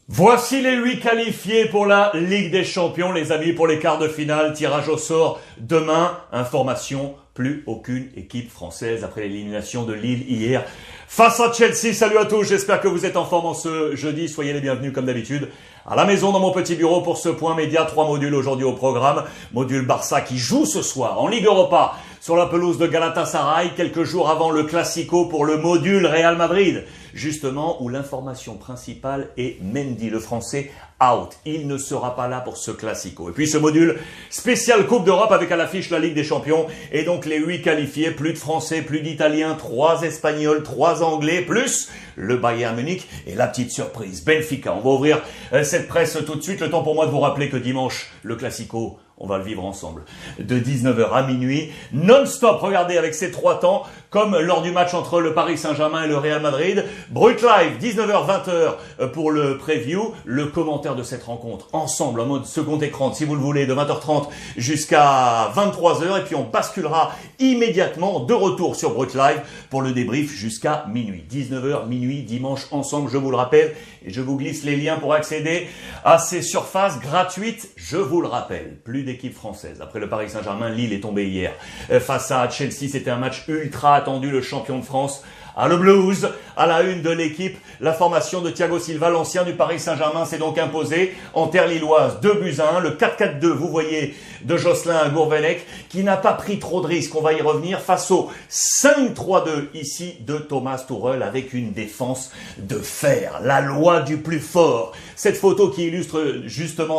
Voici les 8 qualifiés pour la Ligue des Champions, les amis, pour les quarts de finale. Tirage au sort demain. Information, plus aucune équipe française après l'élimination de Lille hier face à Chelsea. Salut à tous, j'espère que vous êtes en forme en ce jeudi. Soyez les bienvenus comme d'habitude à la maison dans mon petit bureau pour ce point média. 3 modules aujourd'hui au programme. Module Barça qui joue ce soir en Ligue Europa sur la pelouse de Galatasaray, quelques jours avant le Classico pour le module Real Madrid. Justement, où l'information principale est Mendy, le français, out. Il ne sera pas là pour ce Classico. Et puis ce module spécial Coupe d'Europe avec à l'affiche la Ligue des Champions. Et donc les 8 qualifiés, plus de Français, plus d'Italiens, 3 Espagnols, 3 Anglais, plus le Bayern Munich et la petite surprise, Benfica. On va ouvrir cette presse tout de suite. Le temps pour moi de vous rappeler que dimanche, le Classico, on va le vivre ensemble. De 19h à minuit, non-stop, regardez avec ces 3 temps, comme lors du match entre le Paris Saint-Germain et le Real Madrid. Brut Live, 19h-20h pour le preview, le commentaire de cette rencontre, ensemble, en mode second écran, si vous le voulez, de 20h30 jusqu'à 23h. Et puis on basculera immédiatement de retour sur Brut Live pour le débrief jusqu'à minuit. 19h, minuit, dimanche, ensemble, je vous le rappelle. Et je vous glisse les liens pour accéder à ces surfaces gratuites, je vous le rappelle. Plus d'équipe française. Après le Paris Saint-Germain, Lille est tombé hier face à Chelsea. C'était un match ultra attendu. Le champion de France a le blues. À la une de l'équipe, la formation de Thiago Silva, l'ancien du Paris Saint-Germain, s'est donc imposé en terre lilloise 2-1. Le 4-4-2, vous voyez, de Jocelyn Gourvenec, qui n'a pas pris trop de risques. On va y revenir face au 5-3-2 ici de Thomas Tuchel avec une défense de fer. La loi du plus fort. Cette photo qui illustre justement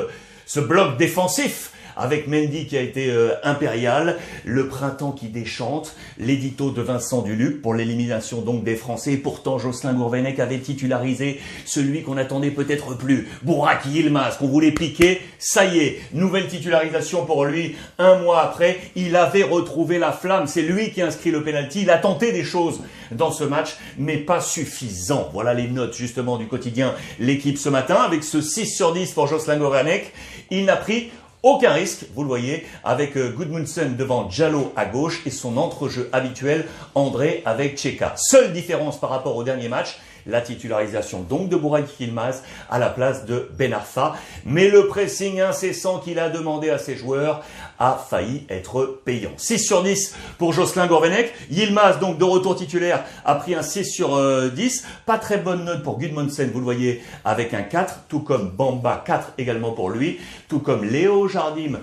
ce bloc défensif avec Mendy qui a été impérial, le printemps qui déchante, l'édito de Vincent Duluc pour l'élimination donc des Français. Et pourtant, Jocelyn Gourvenec avait titularisé celui qu'on attendait peut-être plus, Burak Yilmaz, qu'on voulait piquer. Ça y est, nouvelle titularisation pour lui. 1 mois après, il avait retrouvé la flamme. C'est lui qui a inscrit le penalty. Il a tenté des choses dans ce match, mais pas suffisant. Voilà les notes justement du quotidien L'équipe ce matin, avec ce 6/10 pour Jocelyn Gourvenec. Il n'a pris aucun risque, vous le voyez, avec Gudmundsson devant Diallo à gauche et son entrejeu habituel, André avec Tcheka. Seule différence par rapport au dernier match, la titularisation donc de Burak Yilmaz à la place de Ben Arfa. Mais le pressing incessant qu'il a demandé à ses joueurs a failli être payant. 6/10 pour Jocelyn Gourvenec. Yilmaz, donc de retour titulaire, a pris un 6/10. Pas très bonne note pour Gudmundsson, vous le voyez, avec un 4. Tout comme Bamba, 4 également pour lui. Tout comme Léo Jardim,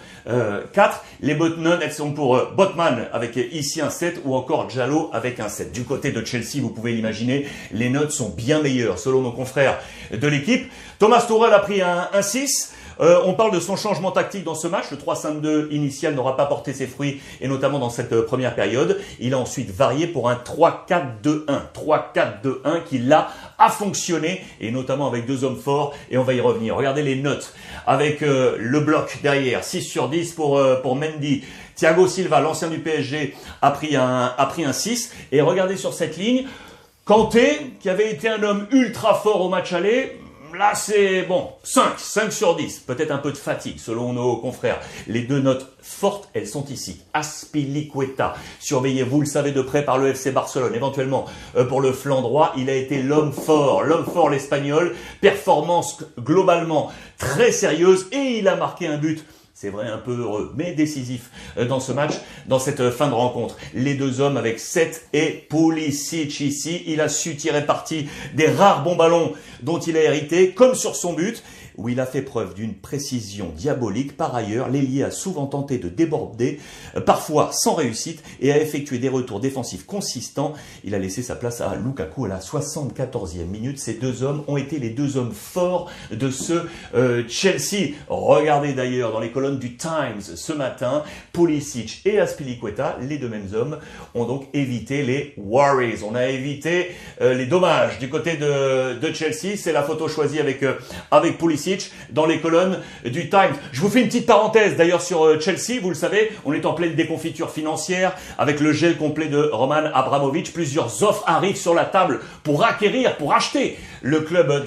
4. Les bonnes notes, elles sont pour Botman avec ici un 7 ou encore Diallo avec un 7. Du côté de Chelsea, vous pouvez l'imaginer, les notes sont bien meilleures selon nos confrères de l'équipe. Thomas Tuchel a pris un 6. On parle de son changement tactique dans ce match. Le 3-5-2 initial n'aura pas porté ses fruits, et notamment dans cette première période. Il a ensuite varié pour un 3-4-2-1. 3-4-2-1 qui là a fonctionné, et notamment avec 2 hommes forts, et on va y revenir. Regardez les notes avec le bloc derrière. 6/10 pour Mendy. Thiago Silva, l'ancien du PSG, a pris un 6. Et regardez sur cette ligne, Kanté, qui avait été un homme ultra fort au match aller, là c'est bon, 5/10, peut-être un peu de fatigue selon nos confrères. Les 2 notes fortes, elles sont ici. Azpilicueta, surveillé, vous le savez de près par le FC Barcelone, éventuellement pour le flanc droit, il a été l'homme fort l'Espagnol, performance globalement très sérieuse et il a marqué un but. C'est vrai, un peu heureux, mais décisif dans ce match, dans cette fin de rencontre. Les 2 hommes avec 7 et Pulisic ici. Il a su tirer parti des rares bons ballons dont il a hérité, comme sur son but, où il a fait preuve d'une précision diabolique. Par ailleurs, l'ailier a souvent tenté de déborder, parfois sans réussite, et a effectué des retours défensifs consistants. Il a laissé sa place à Lukaku à la 74e minute. Ces 2 hommes ont été les 2 hommes forts de ce Chelsea. Regardez d'ailleurs dans les colonnes du Times ce matin, Pulisic et Azpilicueta, les 2 mêmes hommes, ont donc évité les worries. On a évité les dommages du côté de Chelsea. C'est la photo choisie avec Pulisic dans les colonnes du Times. Je vous fais une petite parenthèse d'ailleurs sur Chelsea. Vous le savez, on est en pleine déconfiture financière avec le gel complet de Roman Abramovich. Plusieurs offres arrivent sur la table pour acquérir, pour acheter le club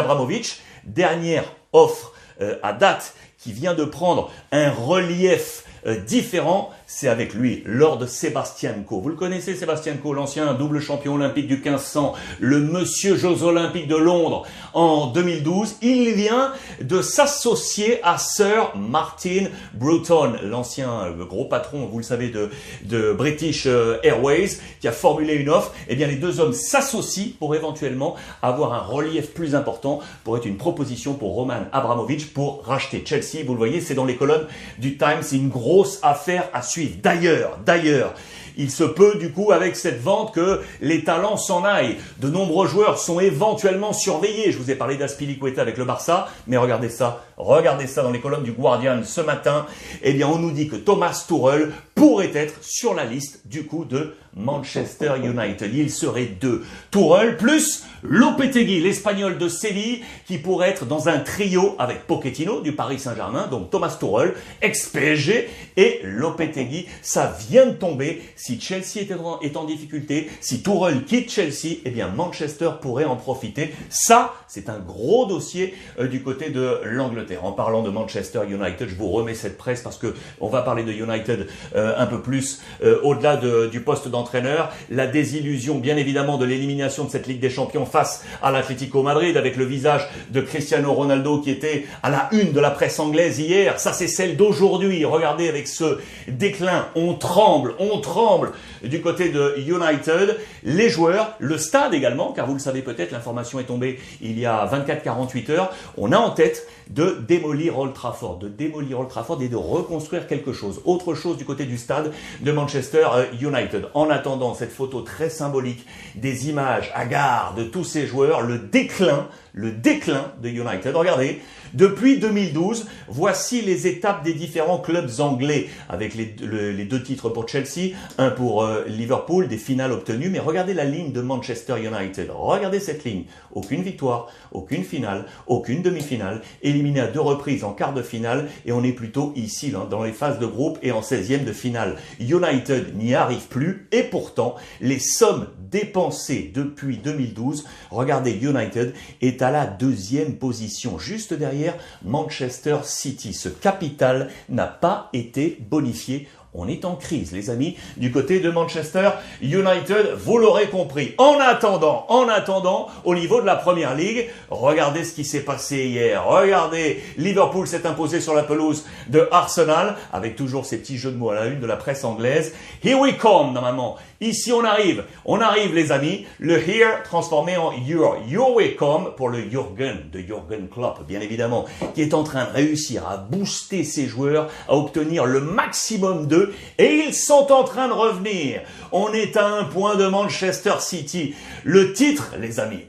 d'Abramovich. Dernière offre à date qui vient de prendre un relief différent, c'est avec lui, Lord Sebastian-Coe. Vous le connaissez, Sebastian-Coe, l'ancien double champion olympique du 1500, le monsieur Jeux Olympiques de Londres en 2012. Il vient de s'associer à Sir Martin Bruton, l'ancien gros patron, vous le savez, de British Airways, qui a formulé une offre. Eh bien, les deux hommes s'associent pour éventuellement avoir un relief plus important, pour être une proposition pour Roman Abramovich pour racheter Chelsea. Vous le voyez, c'est dans les colonnes du Times, c'est une grosse affaire à suivre. D'ailleurs, il se peut du coup avec cette vente que les talents s'en aillent. De nombreux joueurs sont éventuellement surveillés. Je vous ai parlé d'Azpilicueta avec le Barça, mais regardez ça dans les colonnes du Guardian ce matin. Eh bien, on nous dit que Thomas Tuchel pourrait être sur la liste du coup de Manchester United. Il serait deux. Tuchel plus Lopetegui, l'Espagnol de Séville, qui pourrait être dans un trio avec Pochettino du Paris Saint-Germain, donc Thomas Tuchel, ex-PSG, et Lopetegui. Ça vient de tomber. Si Chelsea est en difficulté, si Tuchel quitte Chelsea, eh bien Manchester pourrait en profiter. Ça, c'est un gros dossier du côté de l'Angleterre. En parlant de Manchester United, je vous remets cette presse parce que on va parler de United un peu plus au-delà du poste d'entraîneur. La désillusion, bien évidemment, de l'élimination de cette Ligue des Champions face à l'Atlético Madrid, avec le visage de Cristiano Ronaldo qui était à la une de la presse anglaise hier. Ça, c'est celle d'aujourd'hui. Regardez avec ce déclin, on tremble du côté de United. Les joueurs, le stade également, car vous le savez peut-être, l'information est tombée il y a 24-48 heures. On a en tête de démolir Old Trafford, et de reconstruire quelque chose. Autre chose du côté du stade de Manchester United. En attendant cette photo très symbolique des images hagards de tous ces joueurs, le déclin de United. Regardez, depuis 2012, voici les étapes des différents clubs anglais, avec les deux titres pour Chelsea, un pour Liverpool, des finales obtenues. Mais regardez la ligne de Manchester United. Regardez cette ligne. Aucune victoire, aucune finale, aucune demi-finale, éliminé à 2 reprises en quart de finale, et on est plutôt ici, là, dans les phases de groupe et en 16e de finale. United n'y arrive plus, et pourtant, les sommes dépensées depuis 2012, regardez, United est à la 2e position, juste derrière Manchester City. Ce capital n'a pas été bonifié. On est en crise, les amis, du côté de Manchester United, vous l'aurez compris. En attendant, au niveau de la Première Ligue, regardez ce qui s'est passé hier. Regardez, Liverpool s'est imposé sur la pelouse de Arsenal, avec toujours ces petits jeux de mots à la une de la presse anglaise. Here we come, normalement. Ici, on arrive, les amis. Le here transformé en your. Your we come pour le Jürgen, de Jürgen Klopp, bien évidemment, qui est en train de réussir à booster ses joueurs, à obtenir le maximum d'eux, et ils sont en train de revenir. On est à 1 point de Manchester City. Le titre, les amis,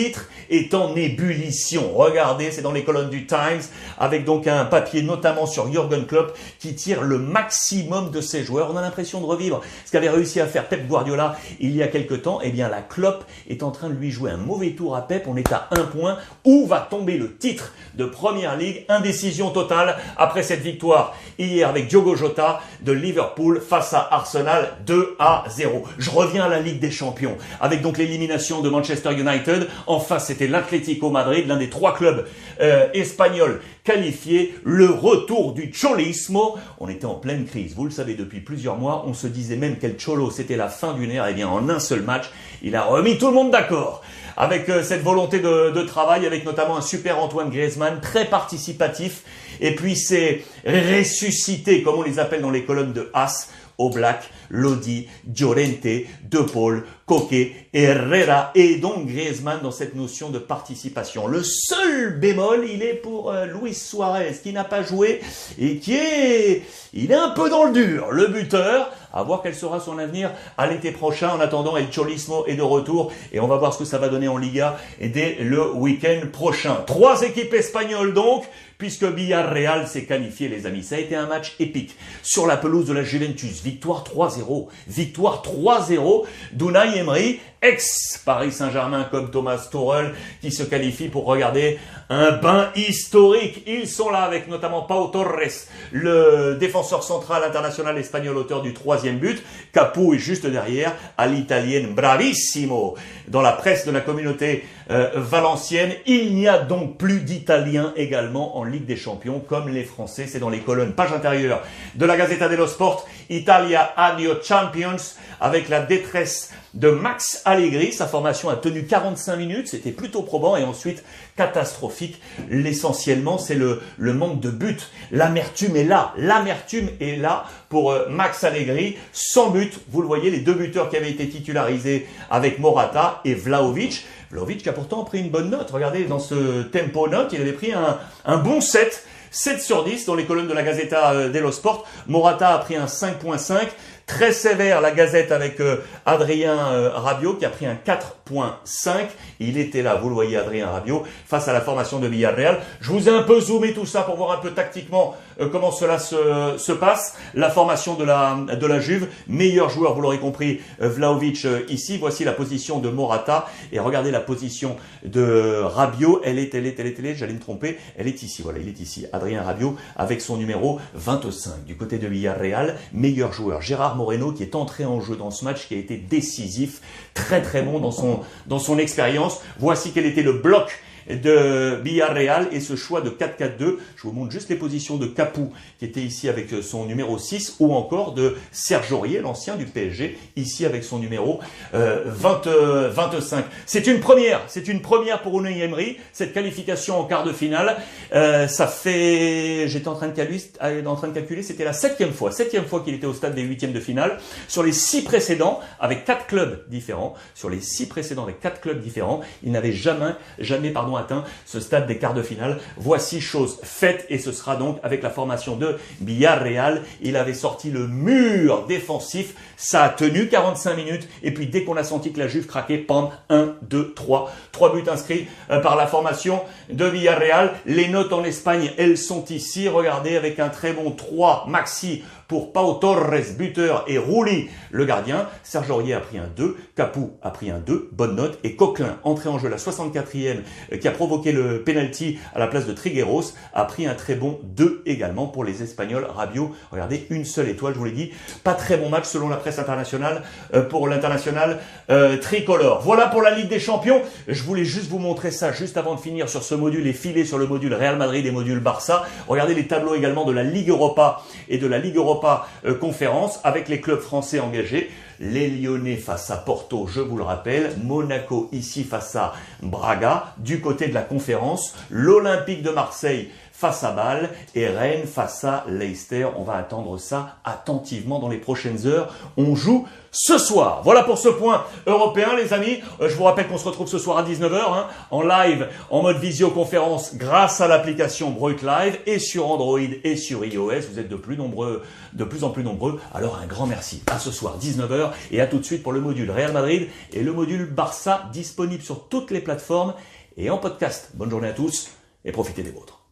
est en ébullition. Regardez, c'est dans les colonnes du Times, avec donc un papier notamment sur Jürgen Klopp, qui tire le maximum de ses joueurs. On a l'impression de revivre ce qu'avait réussi à faire Pep Guardiola il y a quelque temps. Eh bien, la Klopp est en train de lui jouer un mauvais tour à Pep. On est à 1 point. Où va tomber le titre de Première Ligue? Indécision totale après cette victoire hier avec Diogo Jota de Liverpool face à Arsenal 2-0. Je reviens à la Ligue des Champions avec donc l'élimination de Manchester United. En face, c'était l'Atlético Madrid, l'un des 3 clubs espagnols qualifiés. Le retour du cholismo. On était en pleine crise. Vous le savez, depuis plusieurs mois, on se disait même quel cholo, c'était la fin d'une ère. Eh bien, en un seul match, il a remis tout le monde d'accord. Avec cette volonté de travail, avec notamment un super Antoine Griezmann, très participatif. Et puis c'est ressuscité, comme on les appelle dans les colonnes de As, Oblak, Lodi, Llorente, De Paul, Koke, Herrera et donc Griezmann dans cette notion de participation. Le seul bémol, il est pour Luis Suarez qui n'a pas joué et il est un peu dans le dur. Le buteur, à voir quel sera son avenir à l'été prochain. En attendant, El Cholismo est de retour et on va voir ce que ça va donner en Liga dès le week-end prochain. 3 équipes espagnoles donc, puisque Villarreal s'est qualifié, les amis. Ça a été un match épique sur la pelouse de la Juventus. Victoire 3-0 d'Unai Emery, ex-Paris Saint-Germain comme Thomas Tuchel, qui se qualifie pour regarder un bain historique. Ils sont là avec notamment Pau Torres, le défenseur central international espagnol, auteur du 3e but. Capu est juste derrière, à l'italienne bravissimo. Dans la presse de la communauté Valenciennes. Il n'y a donc plus d'Italiens également en Ligue des Champions comme les Français. C'est dans les colonnes, page intérieure de la Gazzetta dello Sport. Italia Adio Champions, avec la détresse de Max Allegri. Sa formation a tenu 45 minutes, c'était plutôt probant, et ensuite catastrophique. L'essentiellement, c'est le manque de buts. L'amertume est là. L'amertume est là pour Max Allegri. Sans but, vous le voyez, les deux buteurs qui avaient été titularisés avec Morata et Vlahovic. Vlahovic qui a pourtant pris une bonne note. Regardez, dans ce tempo note, il avait pris un bon 7. 7 sur 10 dans les colonnes de la Gazzetta dello Sport. Morata a pris un 5.5. Très sévère la Gazette avec Adrien Rabiot qui a pris un 4.5. Il était là, vous le voyez, Adrien Rabiot, face à la formation de Villarreal. Je vous ai un peu zoomé tout ça pour voir un peu tactiquement comment cela se passe. La formation de la Juve, meilleur joueur, vous l'aurez compris, Vlahovic ici. Voici la position de Morata et regardez la position de Rabiot. Elle est, j'allais me tromper, elle est ici, voilà, il est ici. Adrien Rabiot avec son numéro 25 du côté de Villarreal, meilleur joueur. Gérard Moreno qui est entré en jeu dans ce match, qui a été décisif, très très bon dans son expérience. Voici quel était le bloc de Villarreal et ce choix de 4-4-2. Je vous montre juste les positions de Capoue qui était ici avec son numéro 6 ou encore de Serge Aurier, l'ancien du PSG, ici avec son numéro 25. C'est une première pour Unai Emery, cette qualification en quart de finale. Ça fait, j'étais en train de calculer, c'était la septième fois qu'il était au stade des huitièmes de finale. Sur les 6 précédents, avec 4 clubs différents, il n'avait jamais atteint ce stade des quarts de finale. Voici chose faite et ce sera donc avec la formation de Villarreal. Il avait sorti le mur défensif. Ça a tenu 45 minutes et puis dès qu'on a senti que la Juve craquait, pam, 1, 2, 3. 3 buts inscrits par la formation de Villarreal. Les notes en Espagne, elles sont ici. Regardez avec un très bon 3 maxi pour Pau Torres, buteur, et Rulli, le gardien. Serge Aurier a pris un 2, Capoue a pris un 2, bonne note, et Coquelin, entré en jeu la 64e, qui a provoqué le penalty à la place de Trigueros, a pris un très bon 2 également pour les Espagnols. Rabiot, regardez, une seule étoile, je vous l'ai dit, pas très bon match selon la presse internationale pour l'international tricolore. Voilà pour la Ligue des Champions. Je voulais juste vous montrer ça juste avant de finir sur ce module et filer sur le module Real Madrid et module Barça. Regardez les tableaux également de la Ligue Europa et de la Ligue Europa Conférence avec les clubs français engagés. Les Lyonnais face à Porto, je vous le rappelle. Monaco ici face à Braga. Du côté de la conférence, l'Olympique de Marseille face à Bâle et Rennes face à Leicester. On va attendre ça attentivement dans les prochaines heures. On joue ce soir. Voilà pour ce point européen, les amis. Je vous rappelle qu'on se retrouve ce soir à 19h en live, en mode visioconférence grâce à l'application Breuk Live et sur Android et sur iOS. Vous êtes de plus en plus nombreux. Alors un grand merci. À ce soir, 19h, et à tout de suite pour le module Real Madrid et le module Barça, disponible sur toutes les plateformes et en podcast. Bonne journée à tous et profitez des vôtres.